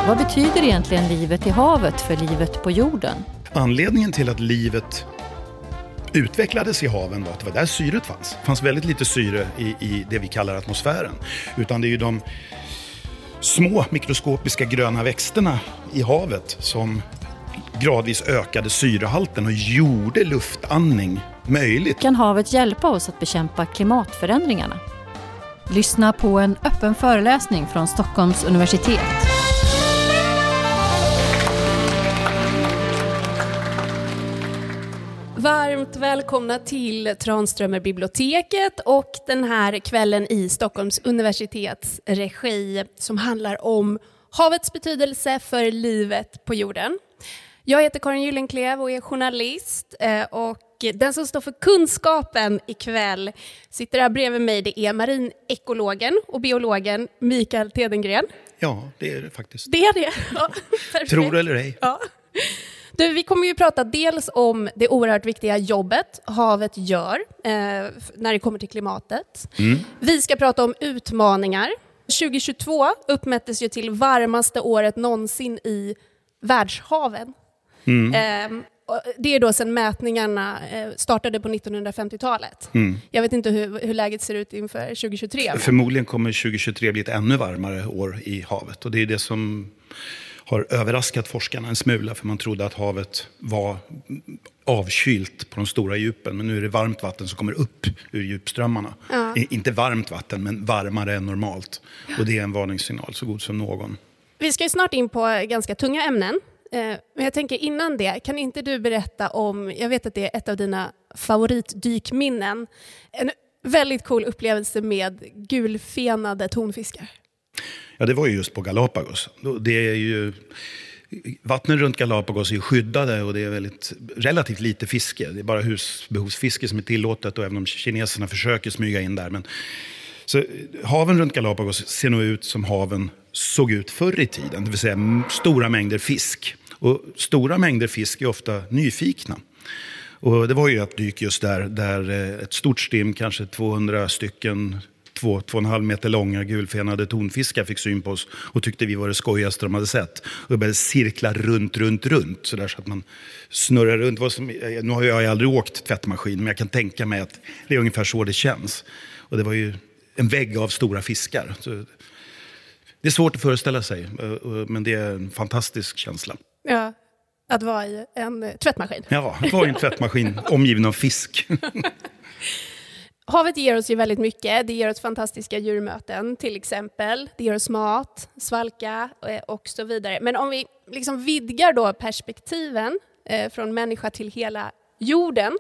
Vad betyder egentligen livet i havet för livet på jorden? Anledningen till att livet utvecklades i haven var att det var där syret fanns. Det fanns väldigt lite syre i det vi kallar atmosfären. Utan det är ju de små mikroskopiska gröna växterna i havet som gradvis ökade syrehalten och gjorde luftandning möjligt. Kan havet hjälpa oss att bekämpa klimatförändringarna? Lyssna på en öppen föreläsning från Stockholms universitet. Varmt välkomna till Tranströmerbiblioteket och den här kvällen i Stockholms universitets regi som handlar om havets betydelse för livet på jorden. Jag heter Karin Gyllenklev och är journalist och den som står för kunskapen ikväll sitter här bredvid mig. Det är marinekologen och biologen Mikael Tedengren. Ja, det är det faktiskt. Det är det. Ja, tror eller ej. Ja. Du, vi kommer ju prata dels om det oerhört viktiga jobbet havet gör när det kommer till klimatet. Vi ska prata om utmaningar. 2022 uppmättes ju till varmaste året någonsin i världshaven. Det är då sedan mätningarna startade på 1950-talet. Jag vet inte hur läget ser ut inför 2023. Förmodligen kommer 2023 bli ett ännu varmare år i havet. Och det är det som har överraskat forskarna en smula. För man trodde att havet var avkylt på de stora djupen. Men nu är det varmt vatten som kommer upp ur djupströmmarna. Ja. Inte varmt vatten, men varmare än normalt. Och det är en varningssignal så god som någon. Vi ska ju snart in på ganska tunga ämnen. Men jag tänker innan det, kan inte du berätta om, jag vet att det är ett av dina favoritdykminnen, en väldigt cool upplevelse med gulfenade tonfiskar. Ja, det var ju just på Galapagos. Det är ju, vattnen runt Galapagos är ju skyddade och det är relativt lite fiske. Det är bara husbehovsfiske som är tillåtet och även om kineserna försöker smyga in där. Så haven runt Galapagos ser nog ut som haven såg ut förr i tiden, det vill säga stora mängder fisk. Och stora mängder fisk är ofta nyfikna. Och det var ju ett dyk just där ett stort stim, kanske 200 stycken, 2,5 meter långa gulfenade tonfiskar fick syn på oss och tyckte vi var det skojigaste de hade sett. Och det började cirkla runt så där så att man snurrar runt. Nu har jag aldrig åkt tvättmaskin, men jag kan tänka mig att det är ungefär så det känns. Och det var ju en vägg av stora fiskar. Så det är svårt att föreställa sig, men det är en fantastisk känsla. Ja, att vara i en tvättmaskin. Ja, att vara i en tvättmaskin omgiven av fisk. Havet ger oss ju väldigt mycket. Det ger oss fantastiska djurmöten till exempel. Det ger oss mat, svalka och så vidare. Men om vi liksom vidgar då perspektiven från människa till hela jorden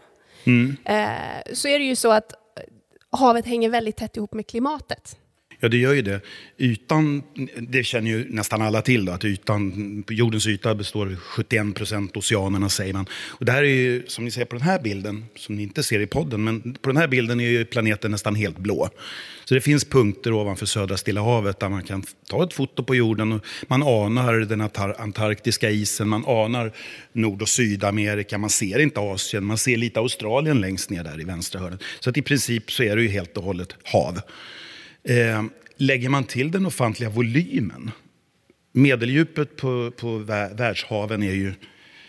så är det ju så att havet hänger väldigt tätt ihop med klimatet. Ja, det gör ju det. Ytan, det känner ju nästan alla till då, att jordens yta består 71% oceanerna, säger man. Och det här är ju, som ni ser på den här bilden, som ni inte ser i podden, men på den här bilden är ju planeten nästan helt blå. Så det finns punkter ovanför södra Stilla havet där man kan ta ett foto på jorden och man anar den antarktiska isen, man anar Nord- och Sydamerika, man ser inte Asien, man ser lite Australien längst ner där i vänstra hörnet. Så att i princip så är det ju helt och hållet hav. Lägger man till den ofantliga volymen, medeldjupet på världshaven är ju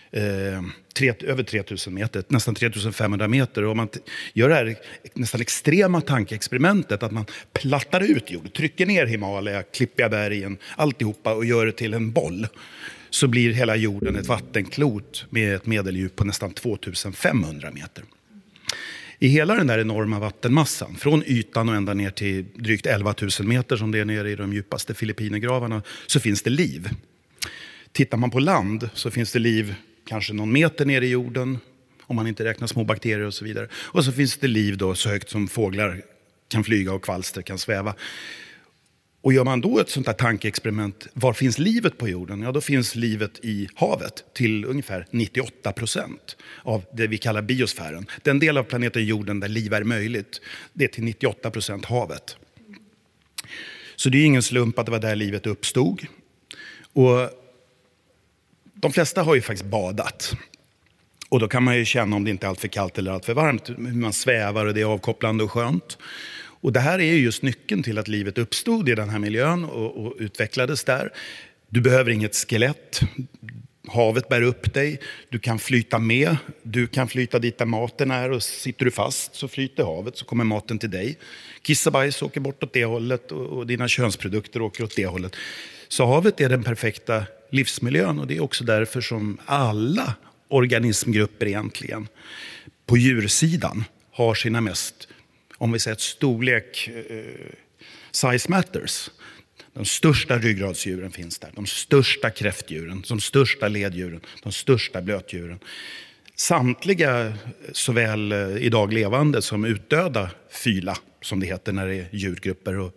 över 3000 meter, nästan 3500 meter. Och om man gör det här nästan extrema tankeexperimentet att man plattar ut jord, trycker ner Himalaya, klippiga bergen, alltihopa och gör det till en boll, så blir hela jorden ett vattenklot med ett medeldjup på nästan 2500 meter. I hela den där enorma vattenmassan, från ytan och ända ner till drygt 11 000 meter som det är nere i de djupaste Filippinergravarna, så finns det liv. Tittar man på land så finns det liv kanske någon meter ner i jorden, om man inte räknar små bakterier och så vidare. Och så finns det liv då så högt som fåglar kan flyga och kvalster kan sväva. Och gör man då ett sånt här tankeexperiment, var finns livet på jorden? Ja, då finns livet i havet till ungefär 98% av det vi kallar biosfären. Den del av planeten jorden där liv är möjligt, det är till 98% havet. Så det är ingen slump att det var där livet uppstod. Och de flesta har ju faktiskt badat. Och då kan man ju känna om det inte är allt för kallt eller allt för varmt. Hur man svävar och det är avkopplande och skönt. Och det här är ju just nyckeln till att livet uppstod i den här miljön och utvecklades där. Du behöver inget skelett. Havet bär upp dig. Du kan flyta med. Du kan flyta dit där maten är, och sitter du fast så flyter havet, så kommer maten till dig. Kiss och bajs åker bort åt det hållet och dina könsprodukter åker åt det hållet. Så havet är den perfekta livsmiljön, och det är också därför som alla organismgrupper egentligen på djursidan har sina mest, om vi säger ett storlek, size matters. De största ryggradsdjuren finns där, de största kräftdjuren, de största leddjuren, de största blötdjuren. Samtliga, såväl idag levande som utdöda fyla, som det heter när det är djurgrupper, och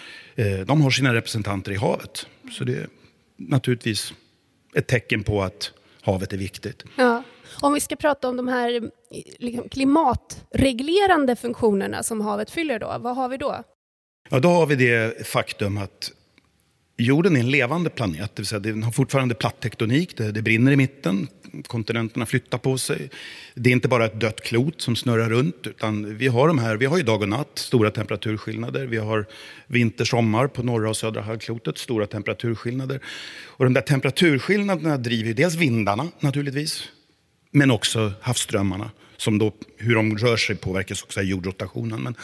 de har sina representanter i havet. Så det är naturligtvis ett tecken på att havet är viktigt. Ja. Om vi ska prata om de här liksom, klimatreglerande funktionerna som havet fyller då, vad har vi då? Ja, då har vi det faktum att jorden är en levande planet, det vill säga den har fortfarande platt tektonik, det brinner i mitten, kontinenterna flyttar på sig. Det är inte bara ett dött klot som snurrar runt, utan vi har ju dag och natt, stora temperaturskillnader. Vi har vinter, sommar på norra och södra halvklotet, stora temperaturskillnader. Och de där temperaturskillnaderna driver ju dels vindarna naturligtvis, men också havsströmmarna, som då, hur de rör sig påverkas också av jordrotationen. Men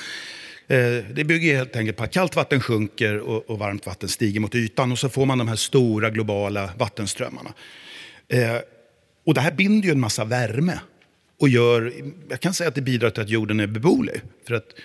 det bygger helt enkelt på att kallt vatten sjunker och varmt vatten stiger mot ytan, och så får man de här stora globala vattenströmmarna. Och det här binder ju en massa värme och jag kan säga att det bidrar till att jorden är beboelig. För att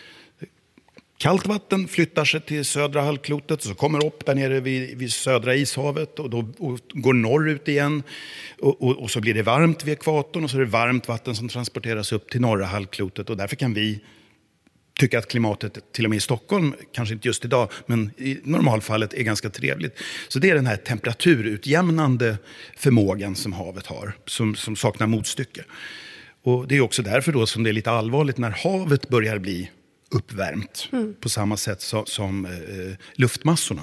kallt vatten flyttar sig till södra halvklotet, så kommer upp där nere vid södra ishavet och går norrut igen. Och så blir det varmt vid ekvatorn, och så är det varmt vatten som transporteras upp till norra halvklotet. Och därför kan vi tycka att klimatet, till och med i Stockholm, kanske inte just idag, men i normalfallet är ganska trevligt. Så det är den här temperaturutjämnande förmågan som havet har, som saknar motstycke. Och det är också därför då som det är lite allvarligt när havet börjar bli uppvärmt på samma sätt som luftmassorna.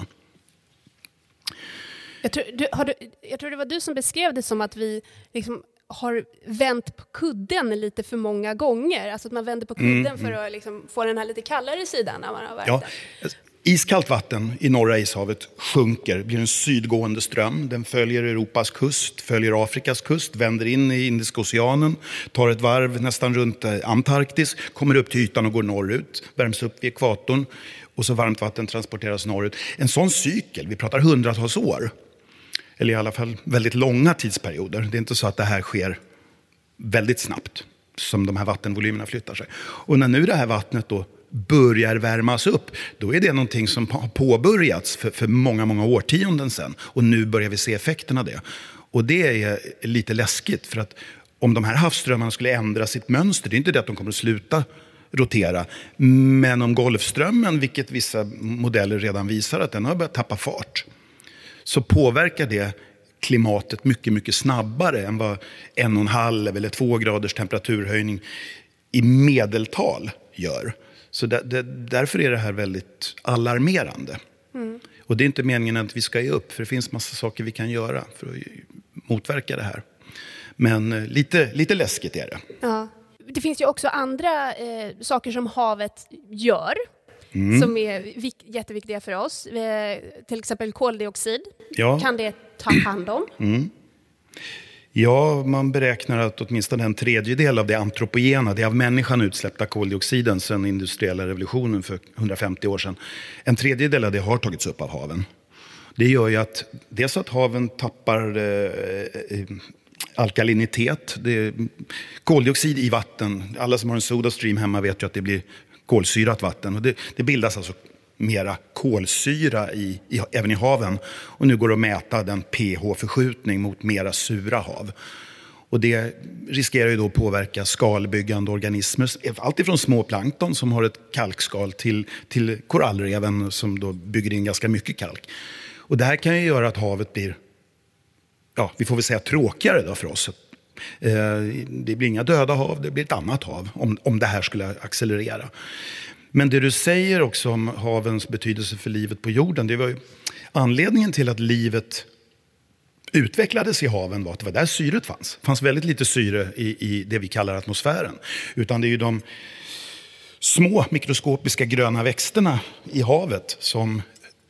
Jag tror det var du som beskrev det som att vi liksom har vänt på kudden lite för många gånger. Alltså att man vänder på kudden för att liksom få den här lite kallare sidan när man har varit där. Iskallt vatten i norra ishavet sjunker, blir en sydgående ström. Den följer Europas kust, följer Afrikas kust, vänder in i Indiska oceanen, tar ett varv nästan runt Antarktis, kommer upp till ytan och går norrut, värms upp vid ekvatorn, och så varmt vatten transporteras norrut. En sån cykel, vi pratar hundratals år, eller i alla fall väldigt långa tidsperioder. Det är inte så att det här sker väldigt snabbt som de här vattenvolymerna flyttar sig. Och när nu det här vattnet då börjar värmas upp, då är det någonting som har påbörjats för många, många årtionden sedan. Och nu börjar vi se effekterna av det. Och det är lite läskigt, för att om de här havsströmmarna skulle ändra sitt mönster, det är inte det att de kommer att sluta rotera. Men om Golfströmmen, vilket vissa modeller redan visar att den har börjat tappa fart, så påverkar det klimatet mycket, mycket snabbare än vad 1,5 eller 2 graders temperaturhöjning i medeltal gör. Så därför är det här väldigt alarmerande. Och det är inte meningen att vi ska ge upp, för det finns massa saker vi kan göra för att motverka det här. Men lite läskigt är det. Ja. Det finns ju också andra saker som havet gör. Som är jätteviktiga för oss. Till exempel koldioxid. Ja. Kan det ta hand om? Ja, man beräknar att åtminstone en tredjedel av det antropogena, det av människan utsläppta koldioxiden sedan industriella revolutionen för 150 år sedan, en tredjedel av det har tagits upp av haven. Det gör ju att dels att haven tappar alkalinitet, koldioxid i vatten. Alla som har en SodaStream hemma vet ju att det blir kolsyrat vatten, och det bildas alltså mera kolsyra även i haven, och nu går det att mäta den pH-förskjutning mot mera sura hav, och det riskerar ju då att påverka skalbyggande organismer, allt ifrån små plankton som har ett kalkskal till korallreven som då bygger in ganska mycket kalk. Och det här kan ju göra att havet blir, vi får väl säga tråkigare då för oss. Det blir inga döda hav, det blir ett annat hav om det här skulle accelerera. Men det du säger också om havens betydelse för livet på jorden, det var ju anledningen till att livet utvecklades i haven, var att det var där syret fanns. Det fanns väldigt lite syre i det vi kallar atmosfären. Utan det är ju de små mikroskopiska gröna växterna i havet som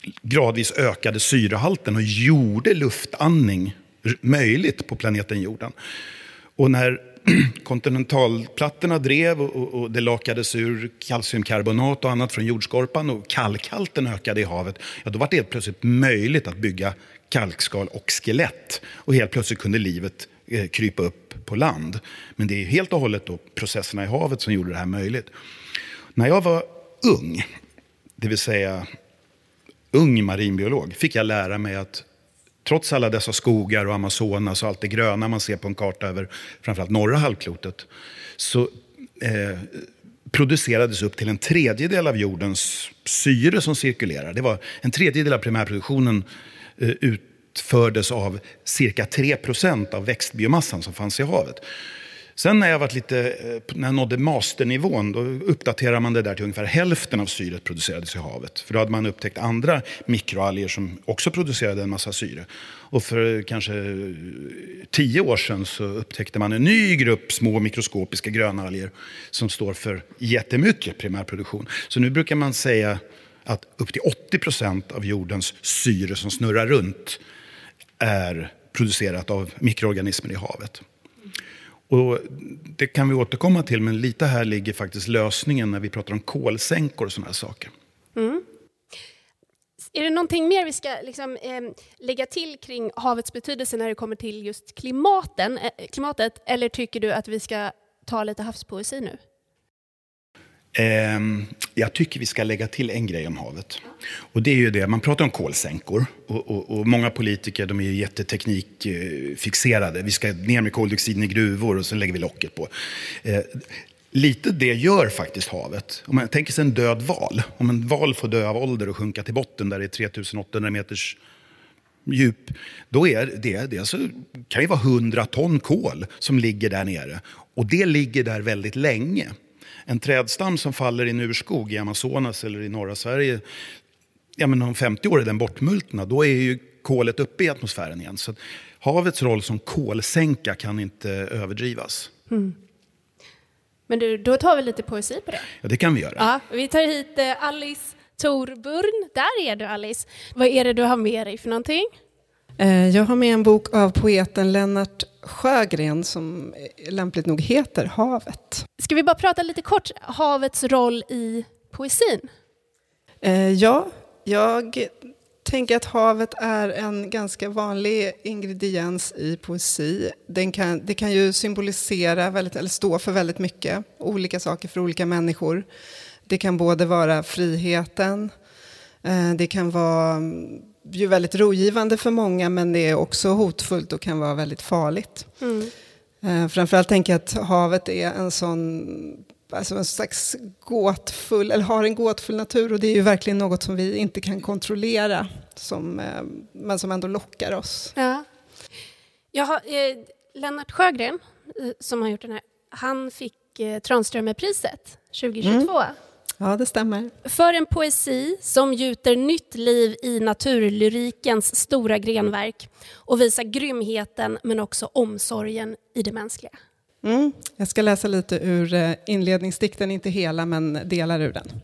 gradvis ökade syrehalten och gjorde luftandning möjligt på planeten jorden. Och när kontinentalplattorna drev och det lakades ur kalciumkarbonat och annat från jordskorpan och kalkhalten ökade i havet, ja, då var det helt plötsligt möjligt att bygga kalkskal och skelett. Och helt plötsligt kunde livet krypa upp på land. Men det är helt och hållet då processerna i havet som gjorde det här möjligt. När jag var ung, det vill säga ung marinbiolog, fick jag lära mig att trots alla dessa skogar och Amazonas och allt det gröna man ser på en karta över framförallt norra halvklotet, så producerades upp till 1/3 av jordens syre som cirkulerar. Det var 1/3 av primärproduktionen utfördes av cirka 3% av växtbiomassan som fanns i havet. Sen när jag nådde masternivån, då uppdaterar man det där till ungefär hälften av syret producerades i havet. För då hade man upptäckt andra mikroalger som också producerade en massa syre. Och för kanske 10 år sedan så upptäckte man en ny grupp små mikroskopiska grönalger som står för jättemycket primärproduktion. Så nu brukar man säga att upp till 80% av jordens syre som snurrar runt är producerat av mikroorganismer i havet. Och det kan vi återkomma till, men lite här ligger faktiskt lösningen när vi pratar om kolsänkor och sådana här saker. Mm. Är det någonting mer vi ska lägga till kring havets betydelse när det kommer till just klimatet? Eller tycker du att vi ska ta lite havspoesi nu? Jag tycker vi ska lägga till en grej om havet. Och det är ju det, man pratar om kolsänkor. Och många politiker, de är ju jätteteknikfixerade. Vi ska ner med koldioxiden i gruvor och så lägger vi locket på. Lite det gör faktiskt havet. Om man tänker sig en död val. Om en val får dö av ålder och sjunka till botten där det är 3800 meters djup. Då är det alltså, kan ju vara 100 ton kol som ligger där nere. Och det ligger där väldigt länge. En trädstam som faller i en urskog i Amazonas eller i norra Sverige, ja, men om 50 år är den bortmultna, då är ju kolet uppe i atmosfären igen. Så att havets roll som kolsänka kan inte överdrivas. Mm. Men då tar vi lite poesi på det. Ja, det kan vi göra. Ja, vi tar hit Alice Thorburn. Där är du, Alice. Vad är det du har med dig för någonting? Jag har med en bok av poeten Lennart Sjögren som lämpligt nog heter Havet. Ska vi bara prata lite kort havets roll i poesin? Ja, jag tänker att havet är en ganska vanlig ingrediens i poesi. Det kan ju symbolisera eller stå för väldigt mycket, olika saker för olika människor. Det kan både vara friheten, det kan vara ju väldigt rogivande för många, men det är också hotfullt och kan vara väldigt farligt. Framförallt tänker jag att havet är en slags gåtfull, eller har en gåtfull natur, och det är ju verkligen något som vi inte kan kontrollera, men som ändå lockar oss. Ja. Jag har, Lennart Sjögren som har gjort den här, han fick Tranströmerpriset 2022. Ja, det stämmer. För en poesi som gjuter nytt liv i naturlyrikens stora grenverk och visar grymheten men också omsorgen i det mänskliga. Jag ska läsa lite ur inledningsdikten, inte hela men delar ur den.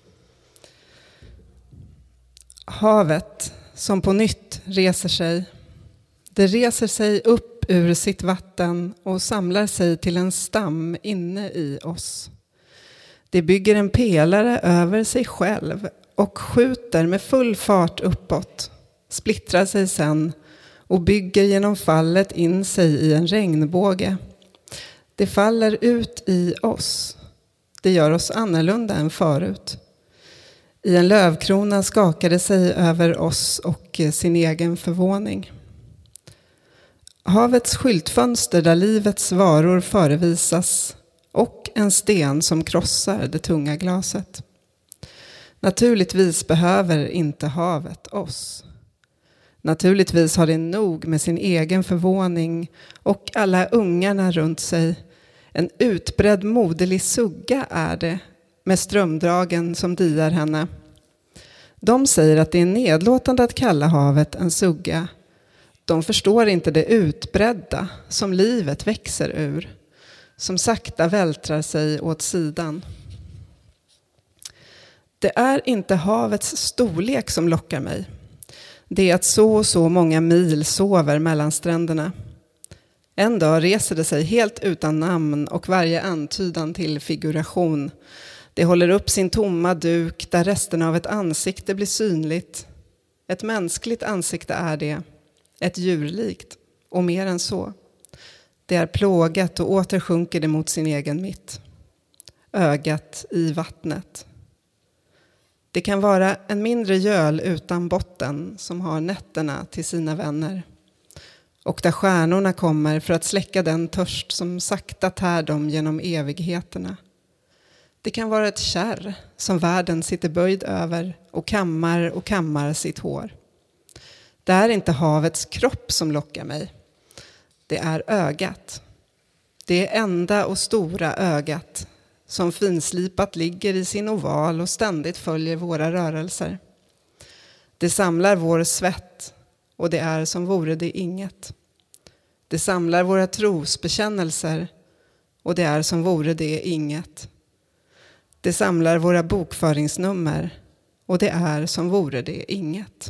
Havet som på nytt reser sig. Det reser sig upp ur sitt vatten och samlar sig till en stam inne i oss. Det bygger en pelare över sig själv och skjuter med full fart uppåt, splittrar sig sen och bygger genom fallet in sig i en regnbåge. Det faller ut i oss. Det gör oss annorlunda än förut. I en lövkrona skakar det sig över oss och sin egen förvåning. Havets skyltfönster där livets varor förevisas och en sten som krossar det tunga glaset. Naturligtvis behöver inte havet oss. Naturligtvis har det nog med sin egen förvåning och alla ungarna runt sig. En utbredd moderlig sugga är det, med strömdragen som diar henne. De säger att det är nedlåtande att kalla havet en sugga. De förstår inte det utbredda som livet växer ur, som sakta vältrar sig åt sidan. Det är inte havets storlek som lockar mig. Det är att så och så många mil sover mellan stränderna. En dag reser det sig helt utan namn och varje antydan till figuration. Det håller upp sin tomma duk där resterna av ett ansikte blir synligt. Ett mänskligt ansikte är det, ett djurlikt och mer än så. Det är plågat och åter sjunker det mot sin egen mitt. Ögat i vattnet. Det kan vara en mindre göl utan botten som har nätterna till sina vänner. Och där stjärnorna kommer för att släcka den törst som sakta tär dem genom evigheterna. Det kan vara ett kärr som världen sitter böjd över och kammar sitt hår. Det är inte havets kropp som lockar mig. Det är ögat. Det enda och stora ögat som finslipat ligger i sin oval och ständigt följer våra rörelser. Det samlar vår svett och det är som vore det inget. Det samlar våra trosbekännelser och det är som vore det inget. Det samlar våra bokföringsnummer och det är som vore det inget.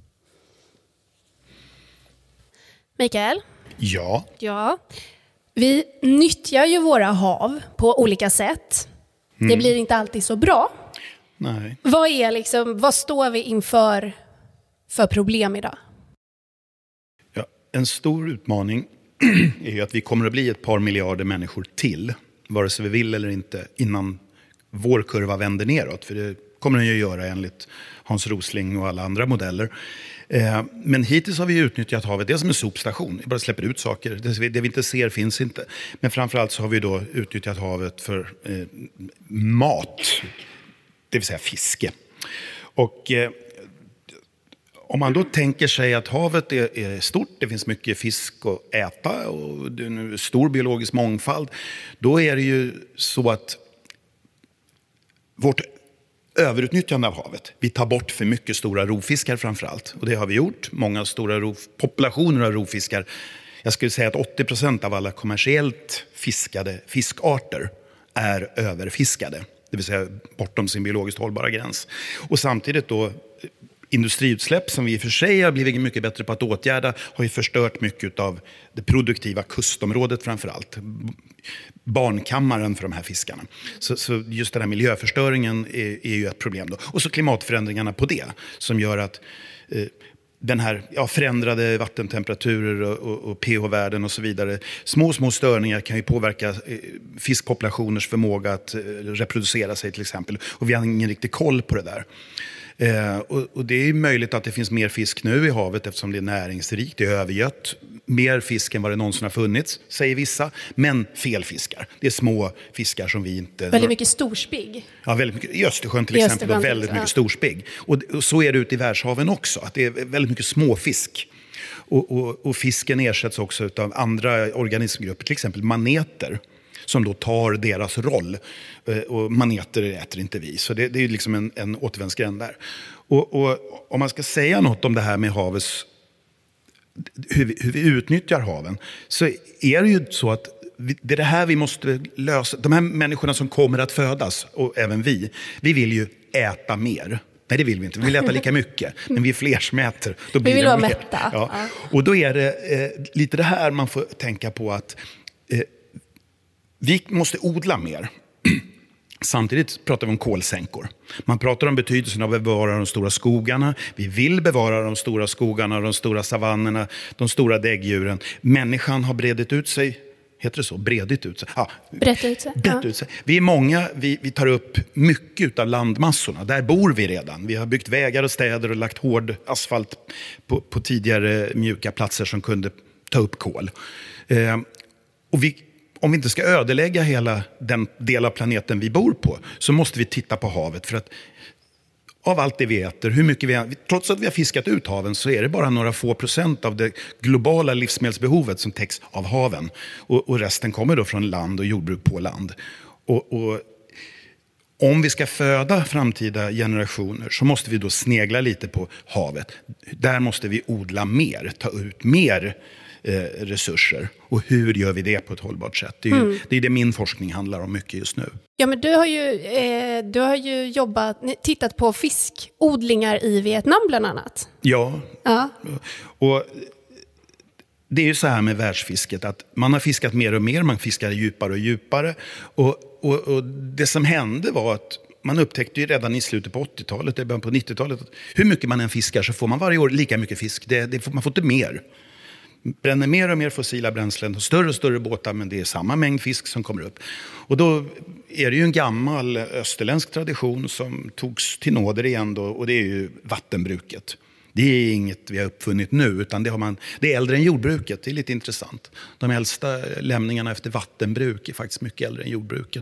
Mikael? Ja. Vi nyttjar ju våra hav på olika sätt. Det blir inte alltid så bra. Nej. Vad står vi inför för problem idag? Ja, en stor utmaning är ju att vi kommer att bli ett par miljarder människor till, vare sig vi vill eller inte, innan vår kurva vänder neråt. För det kommer den ju göra enligt Hans Rosling och alla andra modeller. Men hittills har vi utnyttjat havet, det är som en sopstation. Vi bara släpper ut saker. Det vi inte ser finns inte. Men framförallt så har vi då utnyttjat havet för mat, det vill säga fiske. Och om man då tänker sig att havet är stort, det finns mycket fisk att äta och det är en stor biologisk mångfald, då är det ju så att vårt överutnyttjande av havet. Vi tar bort för mycket stora rovfiskar framförallt. Och det har vi gjort. Många stora populationer av rovfiskar. Jag skulle säga att 80% av alla kommersiellt fiskade fiskarter är överfiskade. Det vill säga bortom sin biologiskt hållbara gräns. Och samtidigt då industriutsläpp som vi i och för sig har blivit mycket bättre på att åtgärda har ju förstört mycket av det produktiva kustområdet framförallt. Barnkammaren för de här fiskarna. Så just den här miljöförstöringen är ju ett problem då. Och så klimatförändringarna på det som gör att den här förändrade vattentemperaturer och pH-värden och så vidare. Små störningar kan ju påverka fiskpopulationers förmåga att reproducera sig till exempel. Och vi har ingen riktig koll på det där. Och det är möjligt att det finns mer fisk nu i havet eftersom det är näringsrikt, det är övergött. Mer fisk än vad det någonsin har funnits, säger vissa. Men fel fiskar. Det är små fiskar som vi inte... Väldigt mycket storspigg. Ja, väldigt mycket. I Östersjön till exempel och väldigt mycket storspigg. Och så är det ute i världshaven också. Att det är väldigt mycket småfisk. Och fisken ersätts också av andra organismgrupper, till exempel maneter. Som då tar deras roll. Och maneter äter inte vi. Så det är liksom en återvändsgränd där. Och om man ska säga något om det här med havets... Hur vi utnyttjar haven. Så är det ju så att det är det här vi måste lösa. De här människorna som kommer att födas, och även vi vill ju äta mer. Nej, det vill vi inte. Vi vill äta lika mycket. Men vi är fler som äter. Då blir vi vill det vara mer. mätta. Ja. Och då är det lite det här man får tänka på att vi måste odla mer. Samtidigt pratar vi om kolsänkor. Man pratar om betydelsen av att bevara de stora skogarna. Vi vill bevara de stora skogarna, de stora savannerna, de stora däggdjuren. Människan har bredit ut sig. Heter det så? Bredit ut sig? Ja. Brett ut sig. Brett ut sig. Vi är många, vi tar upp mycket av landmassorna. Där bor vi redan. Vi har byggt vägar och städer och lagt hård asfalt på tidigare mjuka platser som kunde ta upp kol. Och om vi inte ska ödelägga hela den del av planeten vi bor på, så måste vi titta på havet. För att av allt det vi äter, hur mycket trots att vi har fiskat ut haven, så är det bara några få procent av det globala livsmedelsbehovet som täcks av haven. Och resten kommer då från land och jordbruk på land. Och om vi ska föda framtida generationer så måste vi då snegla lite på havet. Där måste vi odla mer, ta ut mer resurser. Och hur gör vi det på ett hållbart sätt? Det är det min forskning handlar om mycket just nu. Ja, men du har ju tittat på fiskodlingar i Vietnam bland annat. Ja. Och det är ju så här med världsfisket att man har fiskat mer och mer, man fiskar djupare och djupare. Och det som hände var att man upptäckte ju redan i slutet på 80-talet, början på 90-talet, att hur mycket man än fiskar så får man varje år lika mycket fisk. Man får inte mer. Bränner mer och mer fossila bränslen och större båtar, men det är samma mängd fisk som kommer upp. Och då är det ju en gammal österländsk tradition som togs till nåder igen då, och det är ju vattenbruket. Det är inget vi har uppfunnit nu, utan det är äldre än jordbruket. Det är lite intressant. De äldsta lämningarna efter vattenbruk är faktiskt mycket äldre än jordbruket.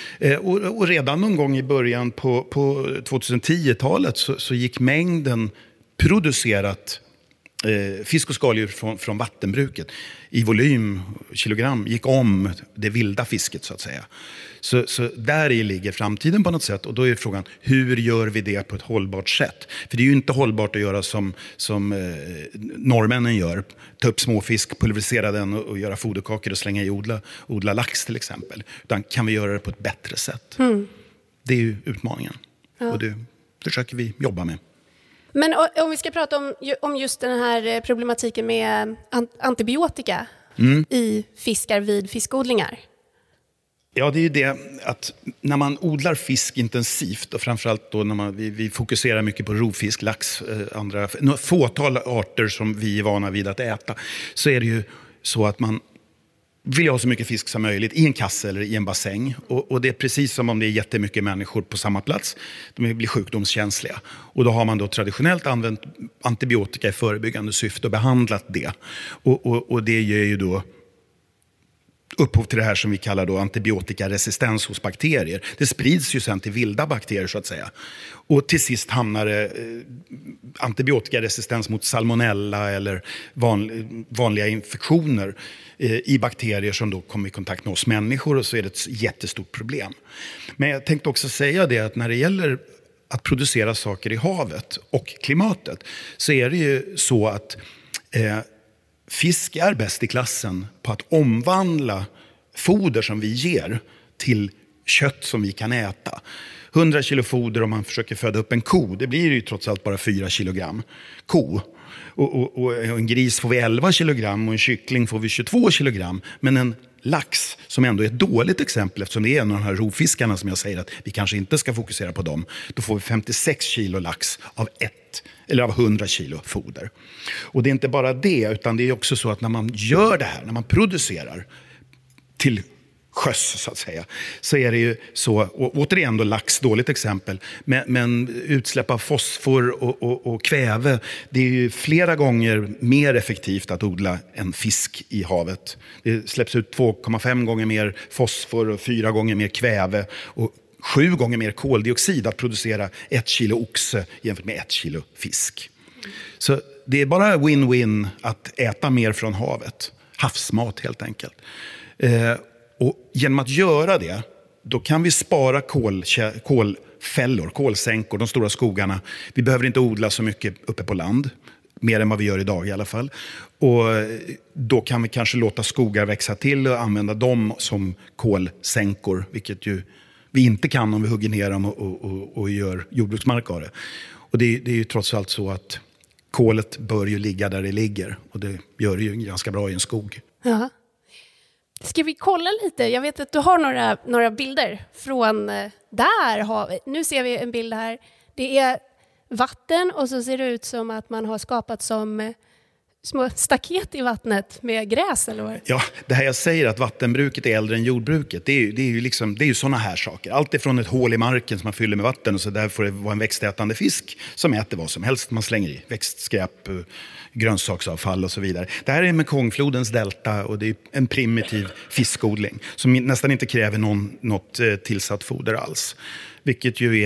Och redan någon gång i början på 2010-talet så gick mängden producerat fisk och skaldjur från vattenbruket i volym, kilogram, gick om det vilda fisket så att säga. Så där i ligger framtiden på något sätt, och då är frågan, hur gör vi det på ett hållbart sätt? För det är ju inte hållbart att göra som norrmännen gör, ta upp småfisk, pulverisera den och göra foderkakor och slänga i odla lax till exempel. Utan kan vi göra det på ett bättre sätt? Det är ju utmaningen, och det försöker vi jobba med. Men om vi ska prata om just den här problematiken med antibiotika i fiskar vid fiskodlingar. Ja, det är ju det att när man odlar fisk intensivt, och framförallt då när vi fokuserar mycket på rovfisk, lax, andra fåtal arter som vi är vana vid att äta, så är det ju så att man vill ha så mycket fisk som möjligt i en kasse eller i en bassäng. Och det är precis som om det är jättemycket människor på samma plats. De blir sjukdomskänsliga. Och då har man då traditionellt använt antibiotika i förebyggande syfte och behandlat det. Och det ger ju då upphov till det här som vi kallar då antibiotikaresistens hos bakterier. Det sprids ju sen till vilda bakterier så att säga. Och till sist hamnar det antibiotikaresistens mot salmonella eller vanliga infektioner i bakterier som då kommer i kontakt med oss människor, och så är det ett jättestort problem. Men jag tänkte också säga det att när det gäller att producera saker i havet och klimatet, så är det ju så att fisk är bäst i klassen på att omvandla foder som vi ger till kött som vi kan äta. 100 kilo foder om man försöker föda upp en ko, det blir ju trots allt bara 4 kilogram ko. Och en gris får vi 11 kilogram och en kyckling får vi 22 kilogram. Men en lax, som ändå är ett dåligt exempel eftersom det är en av de här rovfiskarna som jag säger att vi kanske inte ska fokusera på dem, då får vi 56 kilo lax av 100 kilo foder. Och det är inte bara det, utan det är också så att när man gör det här, när man producerar till sjöss så att säga, så är det ju så, och återigen då lax, dåligt exempel, men utsläpp av fosfor och kväve, det är ju flera gånger mer effektivt att odla en fisk i havet. Det släpps ut 2,5 gånger mer fosfor och 4 gånger mer kväve och 7 gånger mer koldioxid att producera 1 kilo oxe jämfört med 1 kilo fisk. Så det är bara win-win att äta mer från havet. Havsmat helt enkelt. Och genom att göra det, då kan vi spara kolfällor, kolsänkor, de stora skogarna. Vi behöver inte odla så mycket uppe på land, mer än vad vi gör idag i alla fall. Och då kan vi kanske låta skogar växa till och använda dem som kolsänkor, vilket ju vi inte kan om vi hugger ner dem och gör jordbruksmark av det. Och det är ju trots allt så att kolet bör ju ligga där det ligger, och det gör det ju ganska bra i en skog. Ja. Ska vi kolla lite? Jag vet att du har några bilder från där havet. Nu ser vi en bild här. Det är vatten och så ser det ut som att man har skapat som små staket i vattnet med gräs eller vad? Ja, det här jag säger att vattenbruket är äldre än jordbruket, det är ju såna här saker. Allt ifrån ett hål i marken som man fyller med vatten, och så där får det vara en växtätande fisk som äter vad som helst man slänger i. Växtskräp, grönsaksavfall och så vidare. Det här är Mekongflodens delta, och det är en primitiv fiskodling som nästan inte kräver något tillsatt foder alls. Vilket ju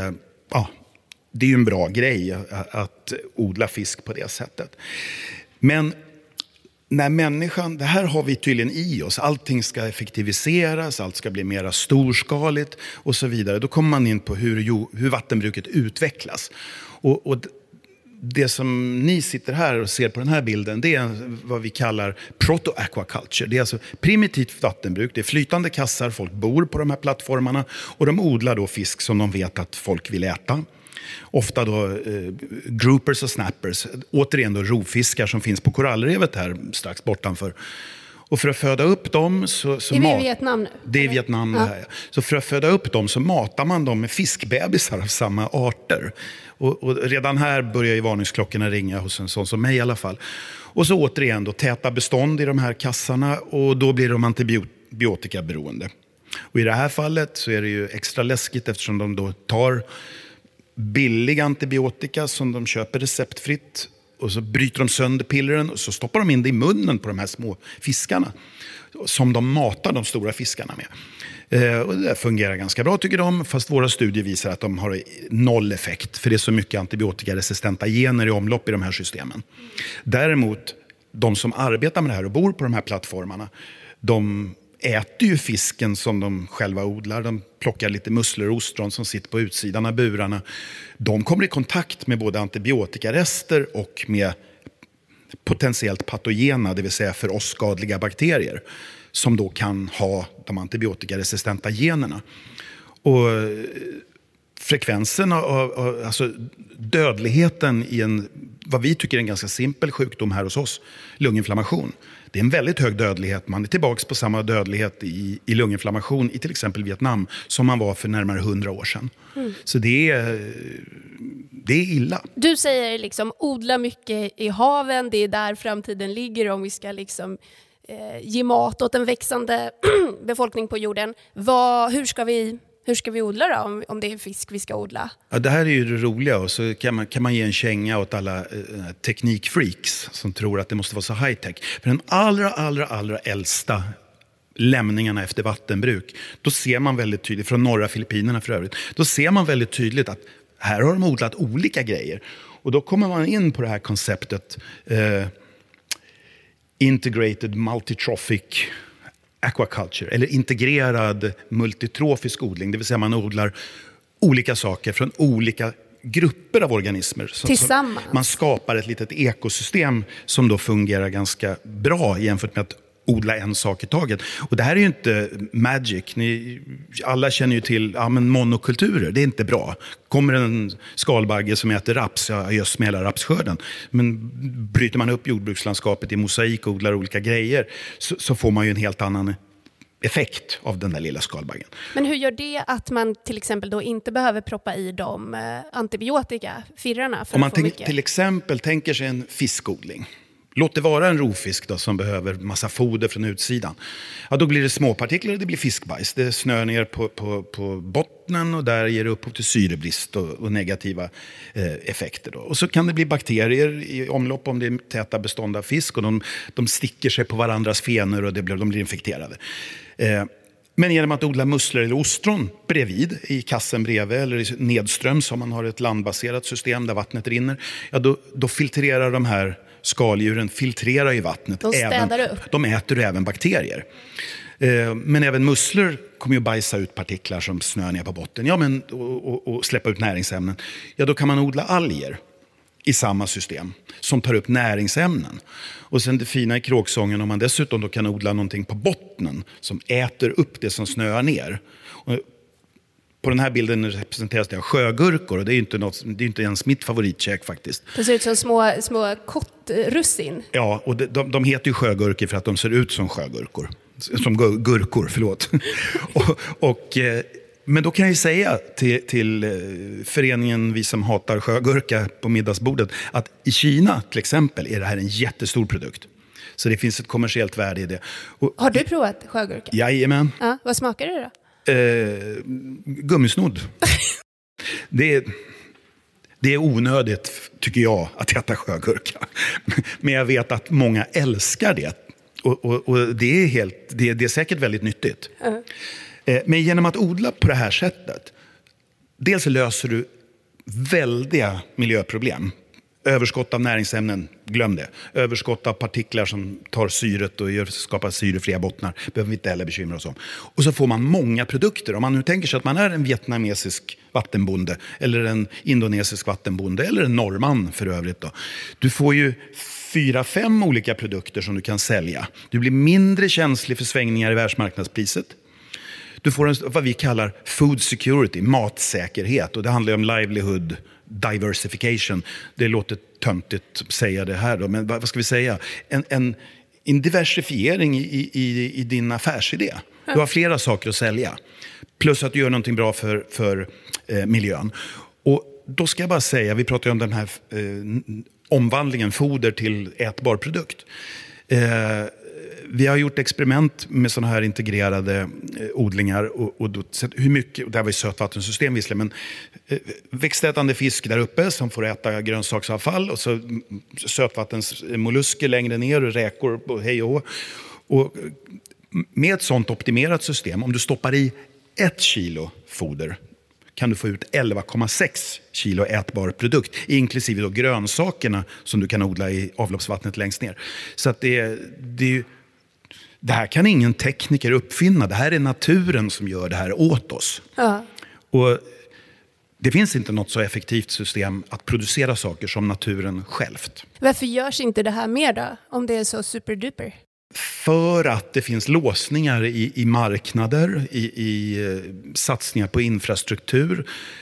det är ju en bra grej att odla fisk på det sättet. Men när människan, det här har vi tydligen i oss, allting ska effektiviseras, allt ska bli mer storskaligt och så vidare. Då kommer man in på hur vattenbruket utvecklas. Och det som ni sitter här och ser på den här bilden, det är vad vi kallar proto-aquaculture. Det är alltså primitivt vattenbruk, det är flytande kassar, folk bor på de här plattformarna och de odlar då fisk som de vet att folk vill äta. Ofta då groupers och snappers, återigen då rovfiskar som finns på korallrevet här strax bortanför. Och för att föda upp dem så är vi i Vietnam nu? Det är i Vietnam det här. Så för att föda upp dem så matar man dem med fiskbebisar av samma arter. Och redan här börjar ju varningsklockorna ringa hos en sån som mig i alla fall. Och så återigen då täta bestånd i de här kassarna och då blir de antibiotikaberoende. Och i det här fallet så är det ju extra läskigt eftersom de då tar billig antibiotika som de köper receptfritt. Och så bryter de sönder pillren och så stoppar de in det i munnen på de här små fiskarna. Som de matar de stora fiskarna med. Och det fungerar ganska bra tycker de. Fast våra studier visar att de har noll effekt. För det är så mycket antibiotikaresistenta gener i omlopp i de här systemen. Däremot, de som arbetar med det här och bor på de här plattformarna. De äter ju fisken som de själva odlar. De plockar lite musslor och ostron som sitter på utsidan av burarna. De kommer i kontakt med både antibiotikarester och med potentiellt patogena, det vill säga för oss skadliga bakterier. Som då kan ha de antibiotikaresistenta generna. Och frekvensen av alltså dödligheten i vad vi tycker är en ganska simpel sjukdom här hos oss, lunginflammation. Det är en väldigt hög dödlighet. Man är tillbaka på samma dödlighet i lunginflammation i till exempel Vietnam som man var för närmare 100 år sedan. Så det är illa. Du säger liksom odla mycket i haven, det är där framtiden ligger om vi ska liksom ge mat åt en växande befolkning på jorden. Hur ska vi odla då om det är fisk vi ska odla? Ja, det här är ju det roliga och så kan man ge en känga åt alla teknikfreaks som tror att det måste vara så high-tech. För den allra äldsta lämningarna efter vattenbruk, då ser man väldigt tydligt, från norra Filippinerna för övrigt, då ser man väldigt tydligt att här har de odlat olika grejer. Och då kommer man in på det här konceptet integrated multitrophic aquaculture, eller integrerad multitrofisk odling. Det vill säga man odlar olika saker från olika grupper av organismer. Tillsammans. Man skapar ett litet ekosystem som då fungerar ganska bra jämfört med att odla en sak i taget. Och det här är ju inte magic. Alla känner ju till monokulturer. Det är inte bra. Kommer en skalbagge som äter raps, just med hela rapsskörden. Men bryter man upp jordbrukslandskapet i mosaik och odlar olika grejer så får man ju en helt annan effekt av den där lilla skalbaggen. Men hur gör det att man till exempel då inte behöver proppa i de antibiotikafirrarna? Om man till exempel tänker sig en fiskodling. Låt det vara en rovfisk då, som behöver massa foder från utsidan. Ja, då blir det småpartiklar och det blir fiskbajs. Det snör ner på bottnen och där ger det upphov till syrebrist och negativa effekter. Då. Och så kan det bli bakterier i omlopp om det är täta bestånd av fisk. Och de sticker sig på varandras fenor och de blir infekterade. Men genom att odla musslor eller ostron bredvid, i kassen bredvid eller nedströms om man har ett landbaserat system där vattnet rinner. Ja, då filtrerar de här skaldjuren filtrerar i vattnet. De städar upp. De äter även bakterier. Men även musslor kommer ju bajsa ut partiklar som snör ner på botten. Och släppa ut näringsämnen. Ja, då kan man odla alger i samma system som tar upp näringsämnen. Och sen det fina i kråksången om man dessutom då kan odla någonting på bottnen som äter upp det som snöar ner. Och på den här bilden representeras det av sjögurkor och det är inte ens mitt favoritkäk faktiskt. Det ser ut som små kottrussin. Ja, och de heter ju sjögurkor för att de ser ut som sjögurkor. Som gurkor, förlåt. Men då kan jag ju säga till föreningen Vi som hatar sjögurka på middagsbordet att i Kina till exempel är det här en jättestor produkt. Så det finns ett kommersiellt värde i det. Har du provat sjögurka? Jajamän. Ja, vad smakar det då? Gummisnodd. Det är onödigt, tycker jag, att äta sjögurka. Men jag vet att många älskar det. Och det är säkert väldigt nyttigt. Men genom att odla på det här sättet, dels löser du väldiga miljöproblem. Överskott av näringsämnen, glöm det. Överskott av partiklar som tar syret och skapar syrefria bottnar, behöver vi inte heller bekymra oss om. Och så får man många produkter. Om man nu tänker sig att man är en vietnamesisk vattenbonde, eller en indonesisk vattenbonde, eller en norrman för övrigt då. Du får ju 4-5 olika produkter som du kan sälja. Du blir mindre känslig för svängningar i världsmarknadspriset. Du får vad vi kallar food security, matsäkerhet. Och det handlar om livelihood diversification. Det låter töntigt att säga det här då, men vad ska vi säga? En diversifiering i din affärsidé. Du har flera saker att sälja. Plus att du gör någonting bra för miljön. Och då ska jag bara säga, vi pratar ju om den här omvandlingen foder till ätbar produkt. Vi har gjort experiment med sådana här integrerade odlingar och då sett hur mycket, och det här var ju sötvattensystem visserligen, men växtätande fisk där uppe som får äta grönsaksavfall och så sötvattensmollusker längre ner och räkor och hej och hå. Och med ett sådant optimerat system, om du stoppar i 1 kilo foder kan du få ut 11,6 kilo ätbar produkt, inklusive då grönsakerna som du kan odla i avloppsvattnet längst ner. Så att det här kan ingen tekniker uppfinna. Det här är naturen som gör det här åt oss. Ja. Och det finns inte något så effektivt system att producera saker som naturen självt. Varför görs inte det här mer då, om det är så superduper? För att det finns låsningar i marknader, i satsningar på infrastruktur.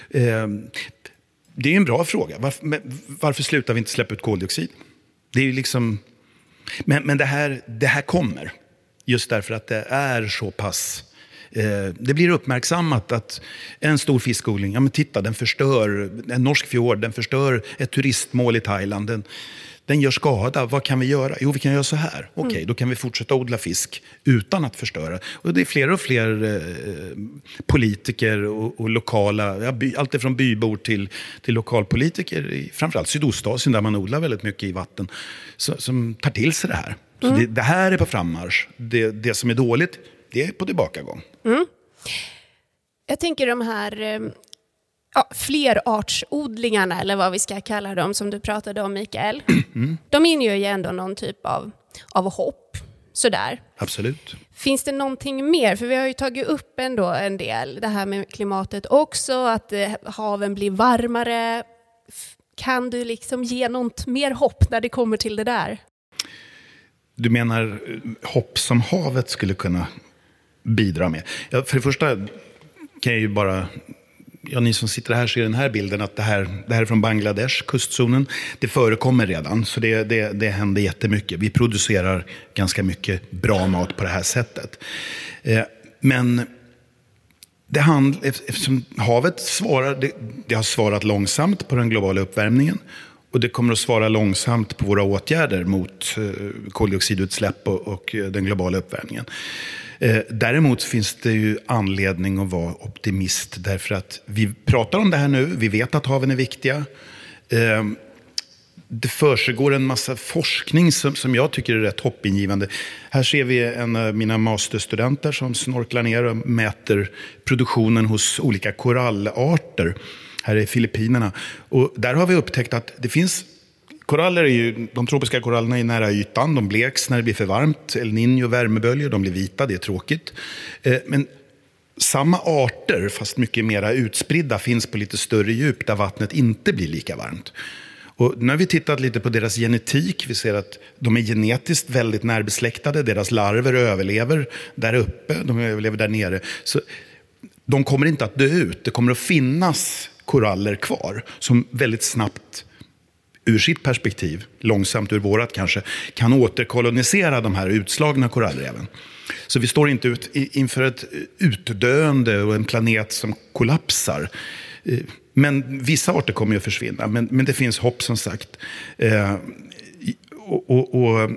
Det är en bra fråga. Varför slutar vi inte släppa ut koldioxid? Det är ju liksom... Men det här kommer. Just därför att det är så pass... Det blir uppmärksammat att en stor fiskodling, ja men titta, den förstör en norsk fjord, den förstör ett turistmål i Thailand, den gör skada. Vad kan vi göra? Jo, vi kan göra så här. Okej, då kan vi fortsätta odla fisk utan att förstöra. Och det är fler och fler politiker och lokala, allt ifrån bybor till lokalpolitiker i framförallt Sydostasien där man odlar väldigt mycket i vatten, som tar till sig det här. Så det här är på frammarsch. Det som är dåligt, det är på tillbakagång. Jag tänker de här flerartsodlingarna, eller vad vi ska kalla dem, som du pratade om, Mikael. De inger ju ändå någon typ av hopp. Sådär. Absolut. Finns det någonting mer? För vi har ju tagit upp ändå en del, det här med klimatet också, att haven blir varmare. Kan du liksom ge något mer hopp när det kommer till det där? Du menar hopp som havet skulle kunna bidra med? Ja, för det första kan jag ju bara... Ja, ni som sitter här ser den här bilden att det här är från Bangladesh, kustzonen. Det förekommer redan, så det händer jättemycket. Vi producerar ganska mycket bra mat på det här sättet. Men eftersom havet det har svarat långsamt på den globala uppvärmningen. Och det kommer att svara långsamt på våra åtgärder mot koldioxidutsläpp och den globala uppvärmningen. Däremot finns det ju anledning att vara optimist därför att vi pratar om det här nu, vi vet att haven är viktiga. Det försiggår en massa forskning som jag tycker är rätt hoppingivande. Här ser vi en av mina masterstudenter som snorklar ner och mäter produktionen hos olika korallarter här i Filippinerna. Och där har vi upptäckt att det finns... Koraller är ju, de tropiska korallerna är nära ytan, de bleks när det blir för varmt, El Niño, värmeböljor, de blir vita, det är tråkigt. Men samma arter, fast mycket mera utspridda, finns på lite större djup där vattnet inte blir lika varmt. Och nu har vi tittat lite på deras genetik, vi ser att de är genetiskt väldigt närbesläktade, deras larver överlever där uppe, de överlever där nere. Så de kommer inte att dö ut, det kommer att finnas koraller kvar som väldigt snabbt, ur sitt perspektiv, långsamt ur vårat kanske, kan återkolonisera de här utslagna korallreven. Så vi står inte inför ett utdöende och en planet som kollapsar. Men vissa arter kommer ju att försvinna, men det finns hopp som sagt. Och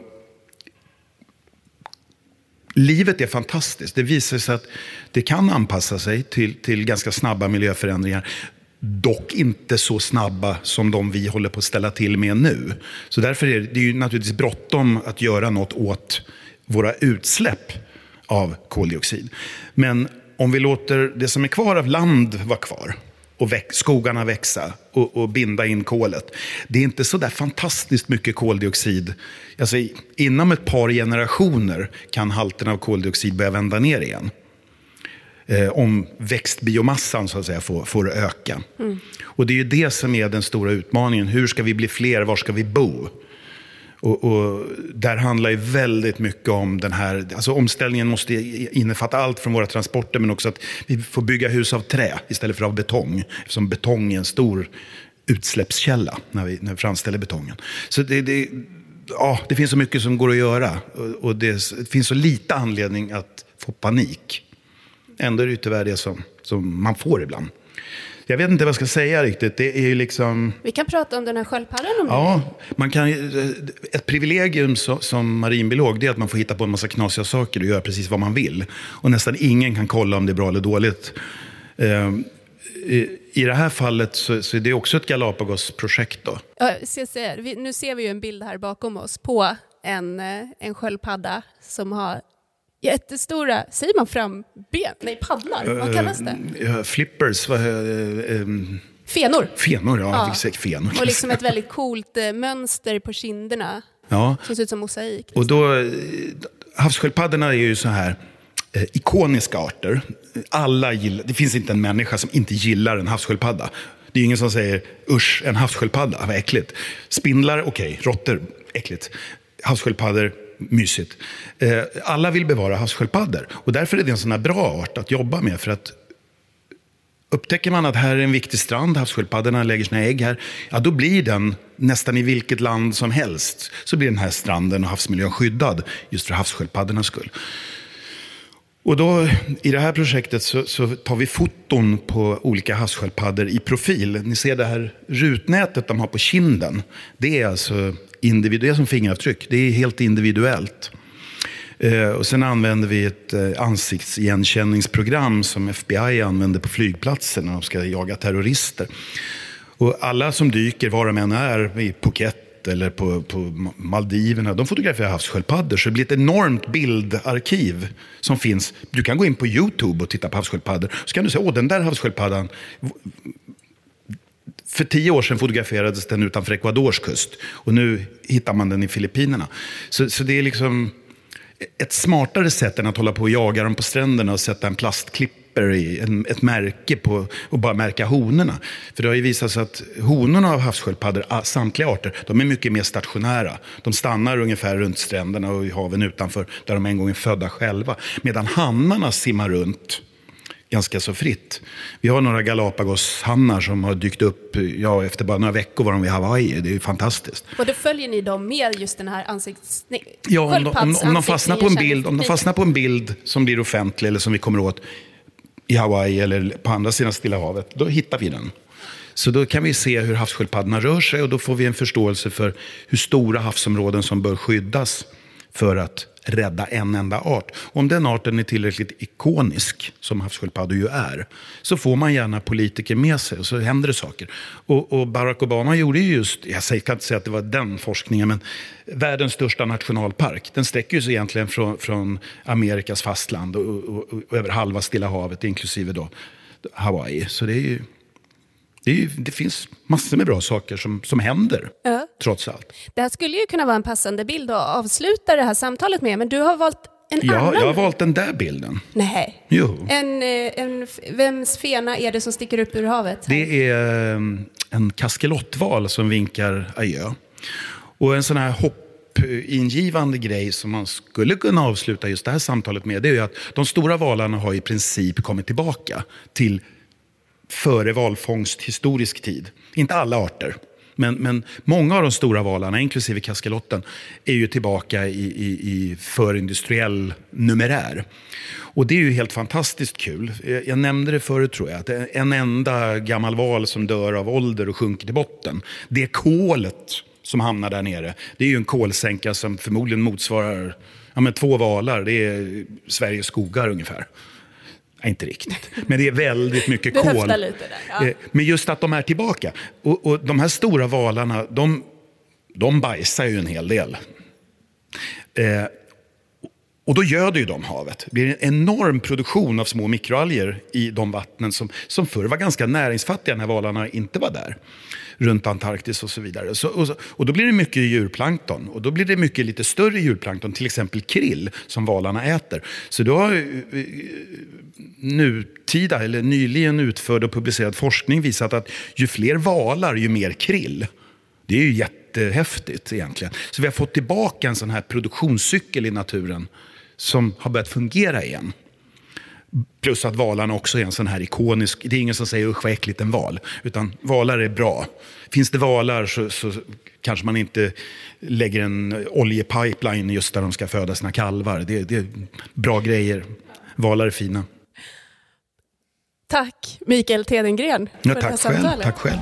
livet är fantastiskt. Det visar sig att det kan anpassa sig till ganska snabba miljöförändringar. Dock inte så snabba som de vi håller på att ställa till med nu. Så därför är det ju naturligtvis bråttom att göra något åt våra utsläpp av koldioxid. Men om vi låter det som är kvar av land vara kvar, och skogarna växa och binda in kolet. Det är inte så där fantastiskt mycket koldioxid. Alltså, inom ett par generationer kan halten av koldioxid börja vända ner igen. Om växtbiomassan så att säga får öka. Och det är ju det som är den stora utmaningen. Hur ska vi bli fler? Var ska vi bo? Och där handlar ju väldigt mycket om den här, alltså omställningen måste innefatta allt från våra transporter, men också att vi får bygga hus av trä istället för av betong, eftersom betong är en stor utsläppskälla när vi framställer betongen. Så det finns så mycket som går att göra, och det finns så lite anledning att få panik. Ändå är det ju tyvärr det som man får ibland. Jag vet inte vad jag ska säga riktigt. Det är ju liksom... Vi kan prata om den här sköldpaddan om ett privilegium som marinbiolog, det är att man får hitta på en massa knasiga saker och göra precis vad man vill. Och nästan ingen kan kolla om det är bra eller dåligt. I det här fallet så är det också ett Galapagos-projekt då. Ja, nu ser vi ju en bild här bakom oss på en sköldpadda som har jättestora, säger man framben? Nej, paddlar. Vad kallas det? Flippers. Fenor. Fenor, ja. Fenor. Och liksom ett väldigt coolt mönster på kinderna. Ja. Som ser ut som mosaik. Och då, havssköldpaddorna är ju så här ikoniska arter. Alla gillar, det finns inte en människa som inte gillar en havssköldpadda. Det är ingen som säger, usch, en havssköldpadda, vad äckligt. Spindlar, okej, råttor, äckligt. Havssköldpaddor, mysigt. Alla vill bevara havssköldpaddor. Och därför är det en sån här bra art att jobba med. För att upptäcker man att här är en viktig strand, havssköldpaddorna lägger sina ägg här, ja, då blir den nästan i vilket land som helst, så blir den här stranden och havsmiljön skyddad just för havssköldpaddornas skull. Och då i det här projektet så tar vi foton på olika havssköldpaddor i profil. Ni ser det här rutnätet de har på kinden. Det är alltså individuellt som fingeravtryck. Det är helt individuellt. Och sen använder vi ett ansiktsigenkänningsprogram som FBI använder på flygplatser när de ska jaga terrorister. Och alla som dyker, var de än är, i Phuket eller på Maldiverna, de fotograferar havssköldpaddor. Så det blir ett enormt bildarkiv som finns. Du kan gå in på YouTube och titta på havssköldpaddor. Så kan du säga, den där havssköldpaddan, för 10 år sedan fotograferades den utanför Ecuadors kust. Och nu hittar man den i Filippinerna. Så det är liksom ett smartare sätt än att hålla på och jaga dem på stränderna och sätta en plastklipper i ett märke på och bara märka honorna. För det har ju visat sig att honorna av havssköldpaddor, samtliga arter, de är mycket mer stationära. De stannar ungefär runt stränderna och i haven utanför där de en gång är födda själva. Medan hannarna simmar runt ganska så fritt. Vi har några Galapagos-hannar som har dykt upp, efter bara några veckor var de vid Hawaii. Det är ju fantastiskt. Och då följer ni dem med just den här om de fastnar på en bild som blir offentlig eller som vi kommer åt i Hawaii eller på andra sidan Stilla havet, då hittar vi den. Så då kan vi se hur havssköldpaddorna rör sig, och då får vi en förståelse för hur stora havsområden som bör skyddas för att rädda en enda art. Om den arten är tillräckligt ikonisk, som havssköldpaddor ju är, så får man gärna politiker med sig och så händer det saker. Och Barack Obama gjorde ju just, jag kan inte säga att det var den forskningen, men världens största nationalpark. Den sträcker sig egentligen från Amerikas fastland och över halva Stilla havet, inklusive då Hawaii. Så det finns massor med bra saker som händer, trots allt. Det här skulle ju kunna vara en passande bild att avsluta det här samtalet med, men du har valt en annan. Ja, jag har valt den där bilden. Nej. Jo. Vems fena är det som sticker upp ur havet? Det är en kaskelotval som vinkar adjö. Och en sån här hoppingivande grej som man skulle kunna avsluta just det här samtalet med, det är ju att de stora valarna har i princip kommit tillbaka till före valfångst historisk tid. Inte alla arter, men många av de stora valarna, inklusive kaskelotten, är ju tillbaka i förindustriell numerär. Och det är ju helt fantastiskt kul. Jag nämnde det förut, tror jag, att en enda gammal val som dör av ålder och sjunker till botten, det kolet som hamnar där nere, det är ju en kolsänka som förmodligen motsvarar 2 valar. Det är Sveriges skogar ungefär. Nej, inte riktigt. Men det är väldigt mycket kol. Lite där, ja. Men just att de är tillbaka. Och de här stora valarna, de bajsar ju en hel del. Och då göder ju de havet. Det blir en enorm produktion av små mikroalger i de vattnen som förr var ganska näringsfattiga när valarna inte var där. Runt Antarktis och så vidare. Och då blir det mycket djurplankton. Och då blir det mycket lite större djurplankton, till exempel krill, som valarna äter. Så då har nutida eller nyligen utförd och publicerad forskning visat att ju fler valar, ju mer krill. Det är ju jättehäftigt egentligen. Så vi har fått tillbaka en sån här produktionscykel i naturen som har börjat fungera igen. Plus att valarna också är en sån här ikonisk... Det är ingen som säger usch vad äckligt en val. Utan valar är bra. Finns det valar så kanske man inte lägger en oljepipeline just där de ska föda sina kalvar. Det är bra grejer. Valar är fina. Tack Mikael Tedengren för det här samtalet. Tack själv.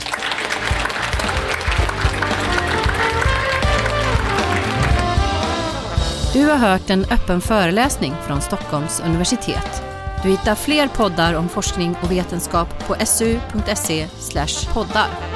Du har hört en öppen föreläsning från Stockholms universitet. Du hittar fler poddar om forskning och vetenskap på su.se/poddar.